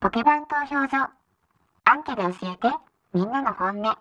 ポケバン投票所。アンケで教えて、みんなの本音。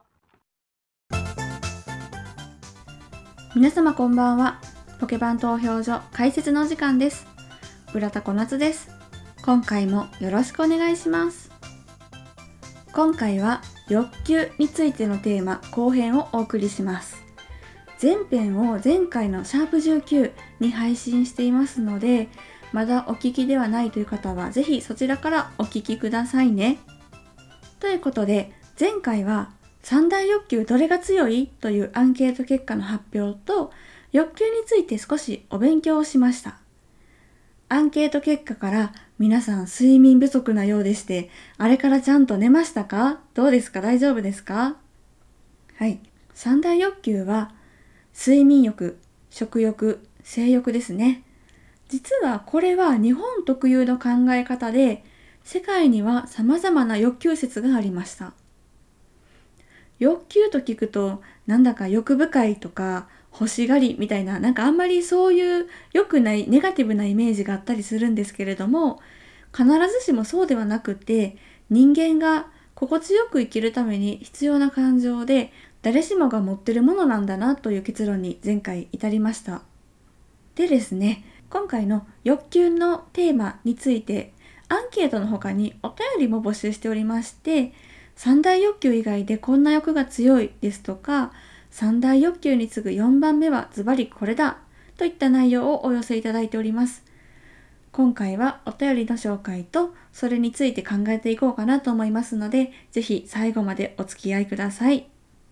皆様こんばんは。ポケバン投票所開設のお時間です。浦田小夏です。今回もよろしくお願いします。今回は欲求についてのテーマ後編をお送りします。前編を前回のシャープ19に配信していますので、まだお聞きではないという方はぜひそちらからお聞きくださいね。ということで、前回は三大欲求どれが強いというアンケート結果の発表と欲求について少しお勉強をしました。アンケート結果から皆さん睡眠不足なようでして、あれからちゃんと寝ましたか？どうですか？大丈夫ですか？はい。三大欲求は睡眠欲、食欲、性欲ですね。実はこれは日本特有の考え方で、世界には様々な欲求説がありました。欲求と聞くとなんだか欲深いとか欲しがりみたいな、なんかあんまりそういう良くないネガティブなイメージがあったりするんですけれども、必ずしもそうではなくて、人間が心地よく生きるために必要な感情で、誰しもが持ってるものなんだなという結論に前回至りました。でですね、今回の欲求のテーマについてアンケートの他にお便りも募集しておりまして、三大欲求以外でこんな欲が強いですとか、三大欲求に次ぐ4番目はズバリこれだといった内容をお寄せいただいております。今回はお便りの紹介とそれについて考えていこうかなと思いますので、ぜひ最後までお付き合いください。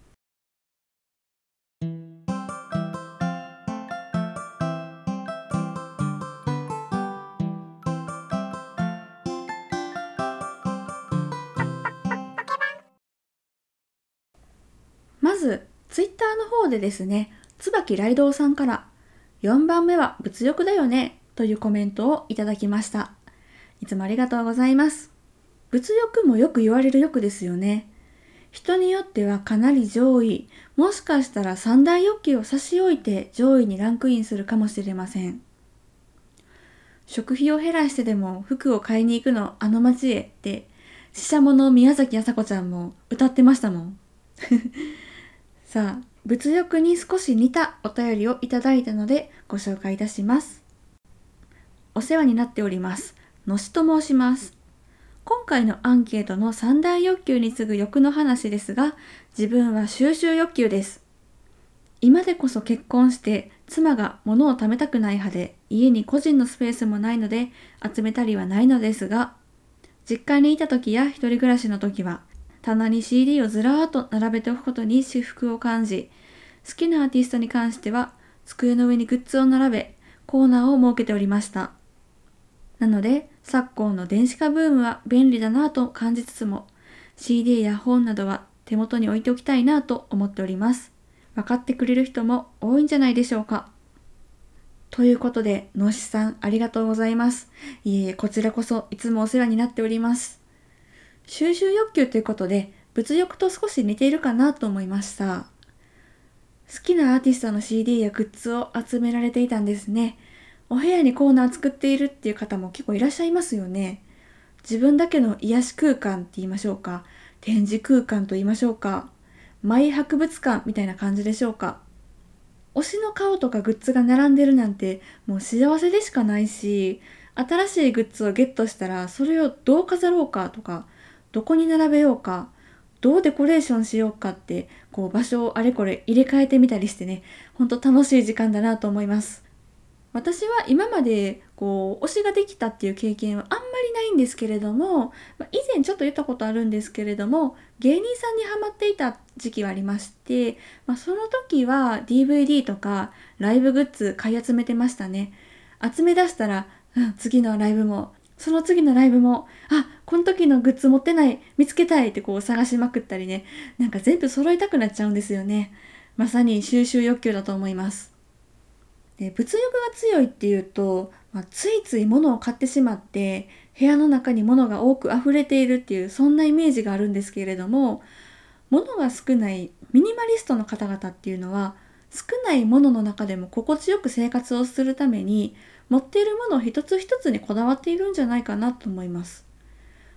まずツイッターの方でですね、椿雷道さんから4番目は物欲だよねというコメントをいただきました。いつもありがとうございます。物欲もよく言われる欲ですよね。人によってはかなり上位、もしかしたら三大欲求を差し置いて上位にランクインするかもしれません。食費を減らしてでも服を買いに行くのあの街へって、ししゃもの宮崎朝子ちゃんも歌ってましたもん。さあ、物欲に少し似たお便りをいただいたのでご紹介いたします。お世話になっております。のしと申します。今回のアンケートの三大欲求に次ぐ欲の話ですが、自分は収集欲求です。今でこそ結婚して妻が物を貯めたくない派で、家に個人のスペースもないので集めたりはないのですが、実家にいた時や一人暮らしの時は棚に CD をずらーっと並べておくことに至福を感じ、好きなアーティストに関しては机の上にグッズを並べ、コーナーを設けておりました。なので昨今の電子化ブームは便利だなぁと感じつつも、 CD や本などは手元に置いておきたいなと思っております。分かってくれる人も多いんじゃないでしょうか。ということで、のしさんありがとうございます。いえいえ、こちらこそいつもお世話になっております。収集欲求ということで、物欲と少し似ているかなと思いました。好きなアーティストの CD やグッズを集められていたんですね。お部屋にコーナー作っているっていう方も結構いらっしゃいますよね。自分だけの癒し空間って言いましょうか。展示空間と言いましょうか。マイ博物館みたいな感じでしょうか。推しの顔とかグッズが並んでるなんてもう幸せでしかないし、新しいグッズをゲットしたらそれをどう飾ろうかとか、どこに並べようか、どうデコレーションしようかって、こう場所をあれこれ入れ替えてみたりしてね、ほんと楽しい時間だなと思います。私は今まで推しができたっていう経験はあんまりないんですけれども、以前ちょっと言ったことあるんですけれども、芸人さんにハマっていた時期はありまして、その時は DVD とかライブグッズ買い集めてましたね。集め出したら、次のライブも、その次のライブも、この時のグッズ持ってない、見つけたいって探しまくったりね、なんか全部揃いたくなっちゃうんですよね。まさに収集欲求だと思います。で、物欲が強いっていうと、ついつい物を買ってしまって部屋の中に物が多く溢れているっていう、そんなイメージがあるんですけれども、物が少ないミニマリストの方々っていうのは、少ないものの中でも心地よく生活をするために持っているものを一つ一つにこだわっているんじゃないかなと思います。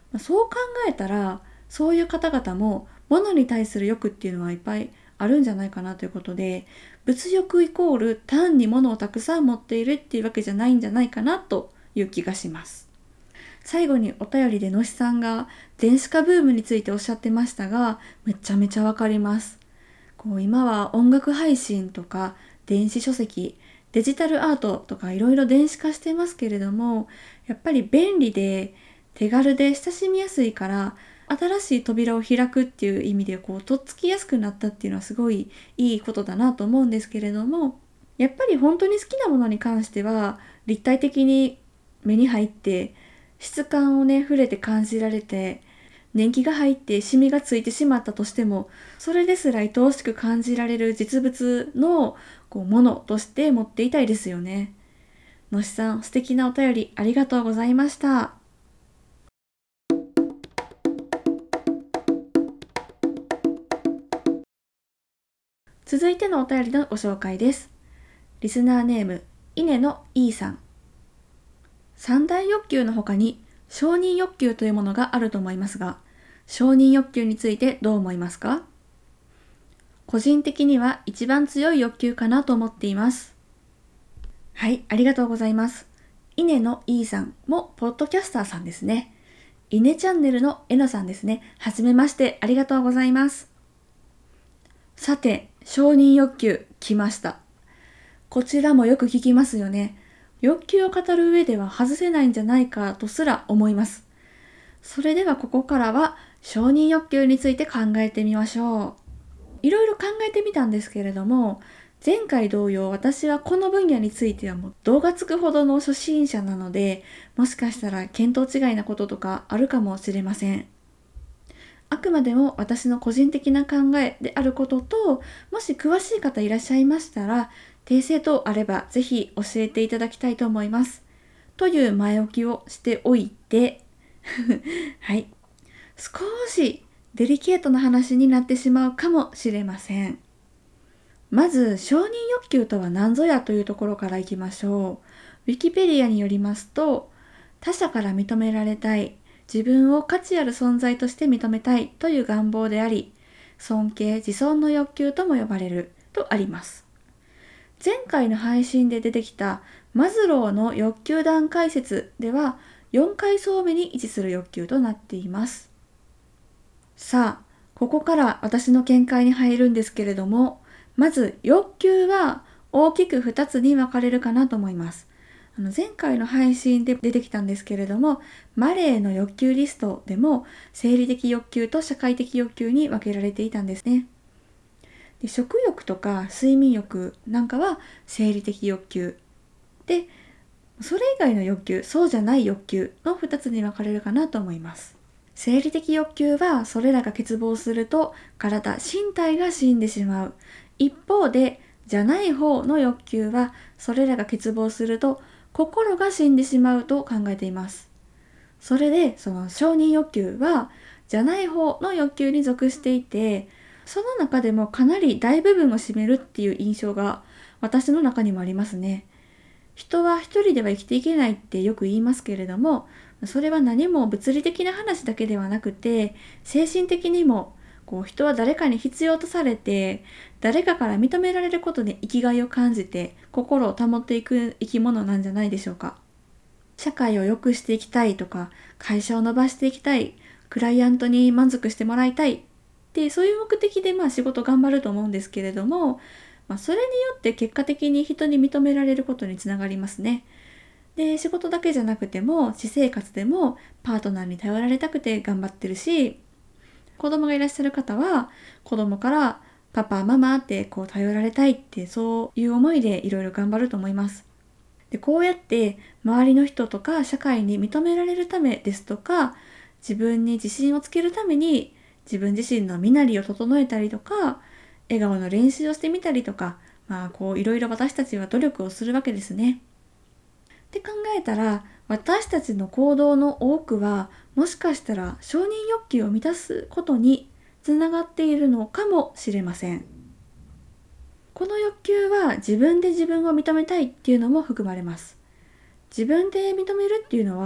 そう考えたら、そういう方々も物に対する欲っていうのはいっぱいあるんじゃないかなということで、物欲イコール単に物をたくさん持っているっていうわけじゃないんじゃないかなという気がします。最後にお便りでのしさんが電子化ブームについておっしゃってましたが、めちゃめちゃわかります。今は音楽配信とか電子書籍、デジタルアートとかいろいろ電子化してますけれども、やっぱり便利で手軽で親しみやすいから、新しい扉を開くっていう意味でとっつきやすくなったっていうのはすごいいいことだなと思うんですけれども、やっぱり本当に好きなものに関しては立体的に目に入って質感をね触れて感じられて、年季が入ってシミがついてしまったとしても、それですら愛おしく感じられる実物のものとして持っていたいですよね。のしさん、素敵なお便りありがとうございました。続いてのお便りのご紹介です。リスナーネーム、稲の E さん。三大欲求の他に承認欲求というものがあると思いますが、承認欲求についてどう思いますか？個人的には一番強い欲求かなと思っています。はい、ありがとうございます。稲の E さんもポッドキャスターさんですね。稲チャンネルのえのさんですね。はじめまして、ありがとうございます。さて、承認欲求来ました。こちらもよく聞きますよね。欲求を語る上では外せないんじゃないかとすら思います。それではここからは承認欲求について考えてみましょう。いろいろ考えてみたんですけれども、前回同様私はこの分野についてはもう動画つくほどの初心者なので、もしかしたら見当違いなこととかあるかもしれません。あくまでも私の個人的な考えであることと、もし詳しい方いらっしゃいましたら、訂正等あればぜひ教えていただきたいと思います。という前置きをしておいて、はい。少しデリケートな話になってしまうかもしれません。まず、承認欲求とは何ぞやというところからいきましょう。ウィキペディアによりますと、他者から認められたい、自分を価値ある存在として認めたいという願望であり、尊敬、自尊の欲求とも呼ばれるとあります。前回の配信で出てきたマズローの欲求段階説では4階層目に位置する欲求となっています。さあ、ここから私の見解に入るんですけれども、まず欲求は大きく2つに分かれるかなと思います。前回の配信で出てきたんですけれども、マレーの欲求リストでも生理的欲求と社会的欲求に分けられていたんですね。で、食欲とか睡眠欲なんかは生理的欲求で、それ以外の欲求、そうじゃない欲求の2つに分かれるかなと思います。生理的欲求はそれらが欠乏すると身体が死んでしまう。一方で、じゃない方の欲求はそれらが欠乏すると心が死んでしまうと考えています。それで、その承認欲求はじゃない方の欲求に属していて、その中でもかなり大部分を占めるっていう印象が私の中にもありますね。人は一人では生きていけないってよく言いますけれども、それは何も物理的な話だけではなくて、精神的にも人は誰かに必要とされて、誰かから認められることで生きがいを感じて心を保っていく生き物なんじゃないでしょうか。社会を良くしていきたいとか、会社を伸ばしていきたい、クライアントに満足してもらいたいってそういう目的で仕事頑張ると思うんですけれども、それによって結果的に人に認められることにつながりますね。で、仕事だけじゃなくても私生活でもパートナーに頼られたくて頑張ってるし、子供がいらっしゃる方は子供からパパママって頼られたいってそういう思いでいろいろ頑張ると思います。で、こうやって周りの人とか社会に認められるためですとか、自分に自信をつけるために自分自身の身なりを整えたりとか、笑顔の練習をしてみたりとか、いろいろ私たちは努力をするわけですね。って考えたら、私たちの行動の多くはもしかしたら承認欲求を満たすことにつながっているのかもしれません。この欲求は自分で自分を認めたいっていうのも含まれます。自分で認めるっていうのは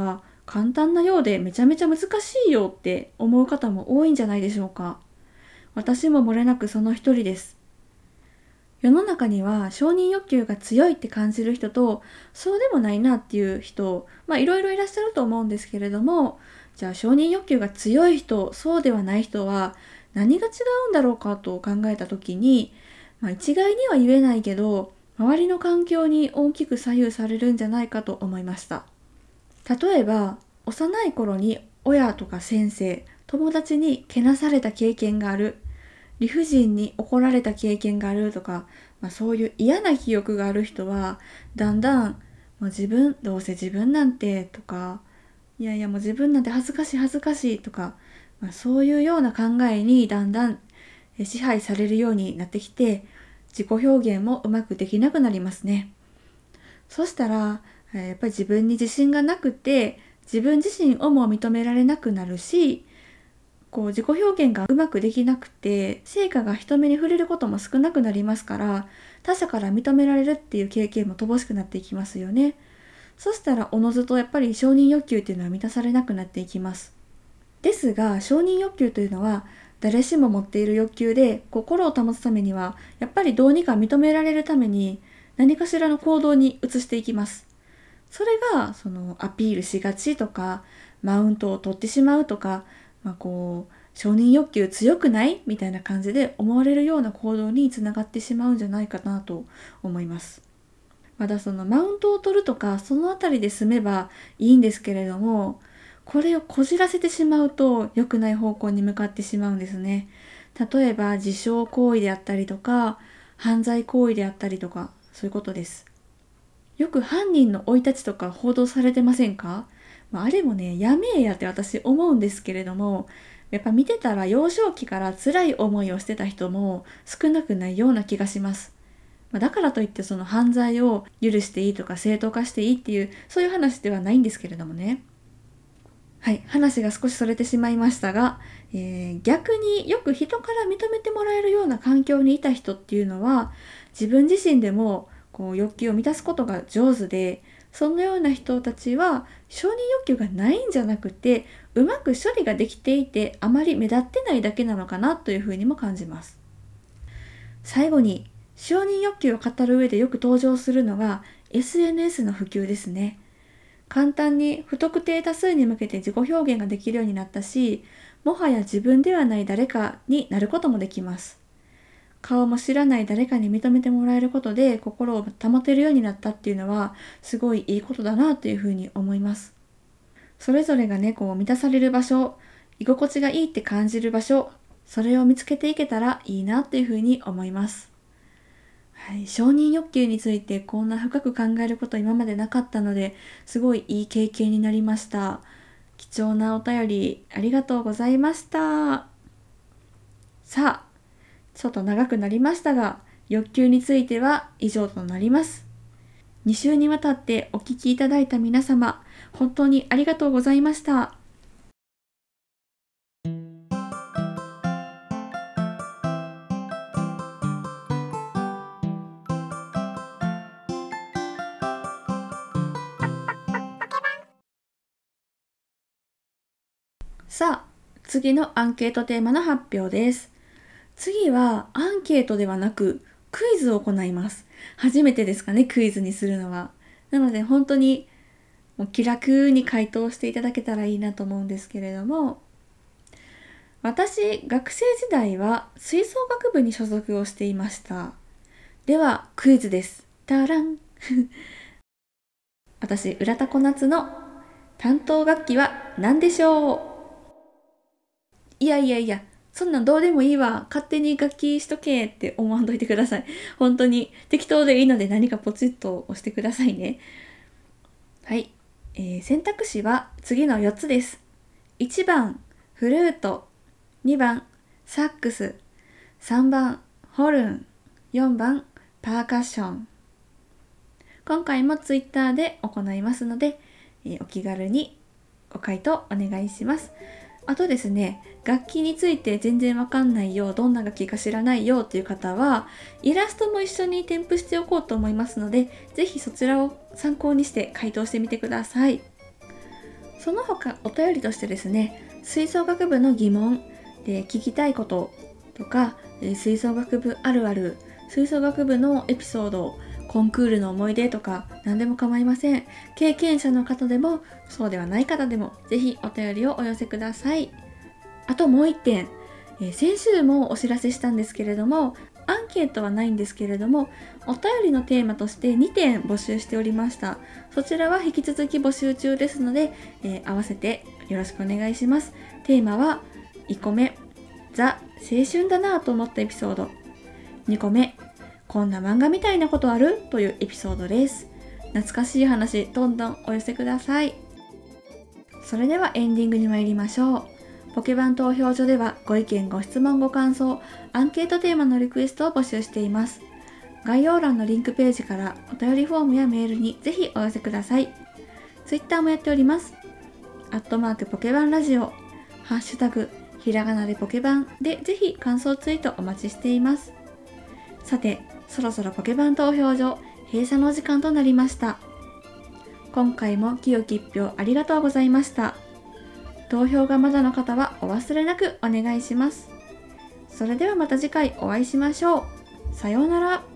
簡単なようでめちゃめちゃ難しいよって思う方も多いんじゃないでしょうか。私も漏れなくその一人です。世の中には承認欲求が強いって感じる人と、そうでもないなっていう人、いろいろいらっしゃると思うんですけれども、じゃあ承認欲求が強い人、そうではない人は何が違うんだろうかと考えたときに、一概には言えないけど、周りの環境に大きく左右されるんじゃないかと思いました。例えば、幼い頃に親とか先生、友達にけなされた経験がある、理不尽に怒られた経験があるとか、そういう嫌な記憶がある人は、だんだん、どうせ自分なんてとか、いやいやもう自分なんて恥ずかしい恥ずかしいとか、そういうような考えにだんだん支配されるようになってきて、自己表現もうまくできなくなりますね。そしたら、やっぱり自分に自信がなくて、自分自身をも認められなくなるし、自己表現がうまくできなくて、成果が人目に触れることも少なくなりますから、他者から認められるっていう経験も乏しくなっていきますよね。そしたらおのずとやっぱり承認欲求っていうのは満たされなくなっていきます。ですが、承認欲求というのは誰しも持っている欲求で、心を保つためにはやっぱりどうにか認められるために何かしらの行動に移していきます。それがアピールしがちとか、マウントを取ってしまうとか、承認欲求強くないみたいな感じで思われるような行動につながってしまうんじゃないかなと思います。まだマウントを取るとかそのあたりで済めばいいんですけれども、これをこじらせてしまうと良くない方向に向かってしまうんですね。例えば自傷行為であったりとか、犯罪行為であったりとか、そういうことです。よく犯人の生い立ちとか報道されてませんか？あれもね、やめえやって私思うんですけれども、やっぱ見てたら幼少期から辛い思いをしてた人も少なくないような気がします。だからといってその犯罪を許していいとか正当化していいっていう、そういう話ではないんですけれどもね。はい、話が少しそれてしまいましたが、逆によく人から認めてもらえるような環境にいた人っていうのは、自分自身でも欲求を満たすことが上手で、そのような人たちは承認欲求がないんじゃなくて、うまく処理ができていて、あまり目立ってないだけなのかなというふうにも感じます。最後に、承認欲求を語る上でよく登場するのが SNS の普及ですね。簡単に不特定多数に向けて自己表現ができるようになったし、もはや自分ではない誰かになることもできます。顔も知らない誰かに認めてもらえることで心を保てるようになったっていうのはすごいいいことだなというふうに思います。それぞれがね、満たされる場所、居心地がいいって感じる場所、それを見つけていけたらいいなっていうふうに思います。はい、承認欲求についてこんな深く考えること今までなかったので、すごいいい経験になりました。貴重なお便りありがとうございました。さあ、ちょっと長くなりましたが、欲求については以上となります。2週にわたってお聞きいただいた皆様、本当にありがとうございました。さあ、次のアンケートテーマの発表です。次はアンケートではなくクイズを行います。初めてですかね、クイズにするのは。なので本当にもう気楽に回答していただけたらいいなと思うんですけれども、私、学生時代は吹奏楽部に所属をしていました。では、クイズです。タラン私、浦田小夏の担当楽器は何でしょう？いやいやいや、そんなんどうでもいいわ。勝手に楽器しとけって思わんといてください。本当に適当でいいので何かポチッと押してくださいね。はい。選択肢は次の4つです。1番、フルート。2番、サックス。3番、ホルン。4番、パーカッション。今回もツイッターで行いますので、お気軽にご回答お願いします。あとですね、楽器について全然わかんないよ、どんな楽器か知らないよという方は、イラストも一緒に添付しておこうと思いますので、ぜひそちらを参考にして回答してみてください。 その他お便りとしてですね、吹奏楽部の疑問で聞きたいこととか、吹奏楽部あるある、吹奏楽部のエピソード、コンクールの思い出とか何でも構いません。経験者の方でもそうではない方でもぜひお便りをお寄せください。あともう一点、先週もお知らせしたんですけれども、アンケートはないんですけれども、お便りのテーマとして2点募集しておりました。そちらは引き続き募集中ですので、合わせてよろしくお願いします。テーマは1個目、ザ・青春だなぁと思ったエピソード。2個目、こんな漫画みたいなことある？というエピソードです。懐かしい話、どんどんお寄せください。それではエンディングに参りましょう。ポケバン投票所ではご意見、ご質問、ご感想、アンケートテーマのリクエストを募集しています。概要欄のリンクページからお便りフォームやメールにぜひお寄せください。ツイッターもやっております。@ポケバンラジオ、ハッシュタグ、ひらがなでポケバンでぜひ感想ツイートお待ちしています。さて、そろそろポケバン投票所閉鎖のお時間となりました。今回も清き一票ありがとうございました。投票がまだの方はお忘れなくお願いします。それではまた次回お会いしましょう。さようなら。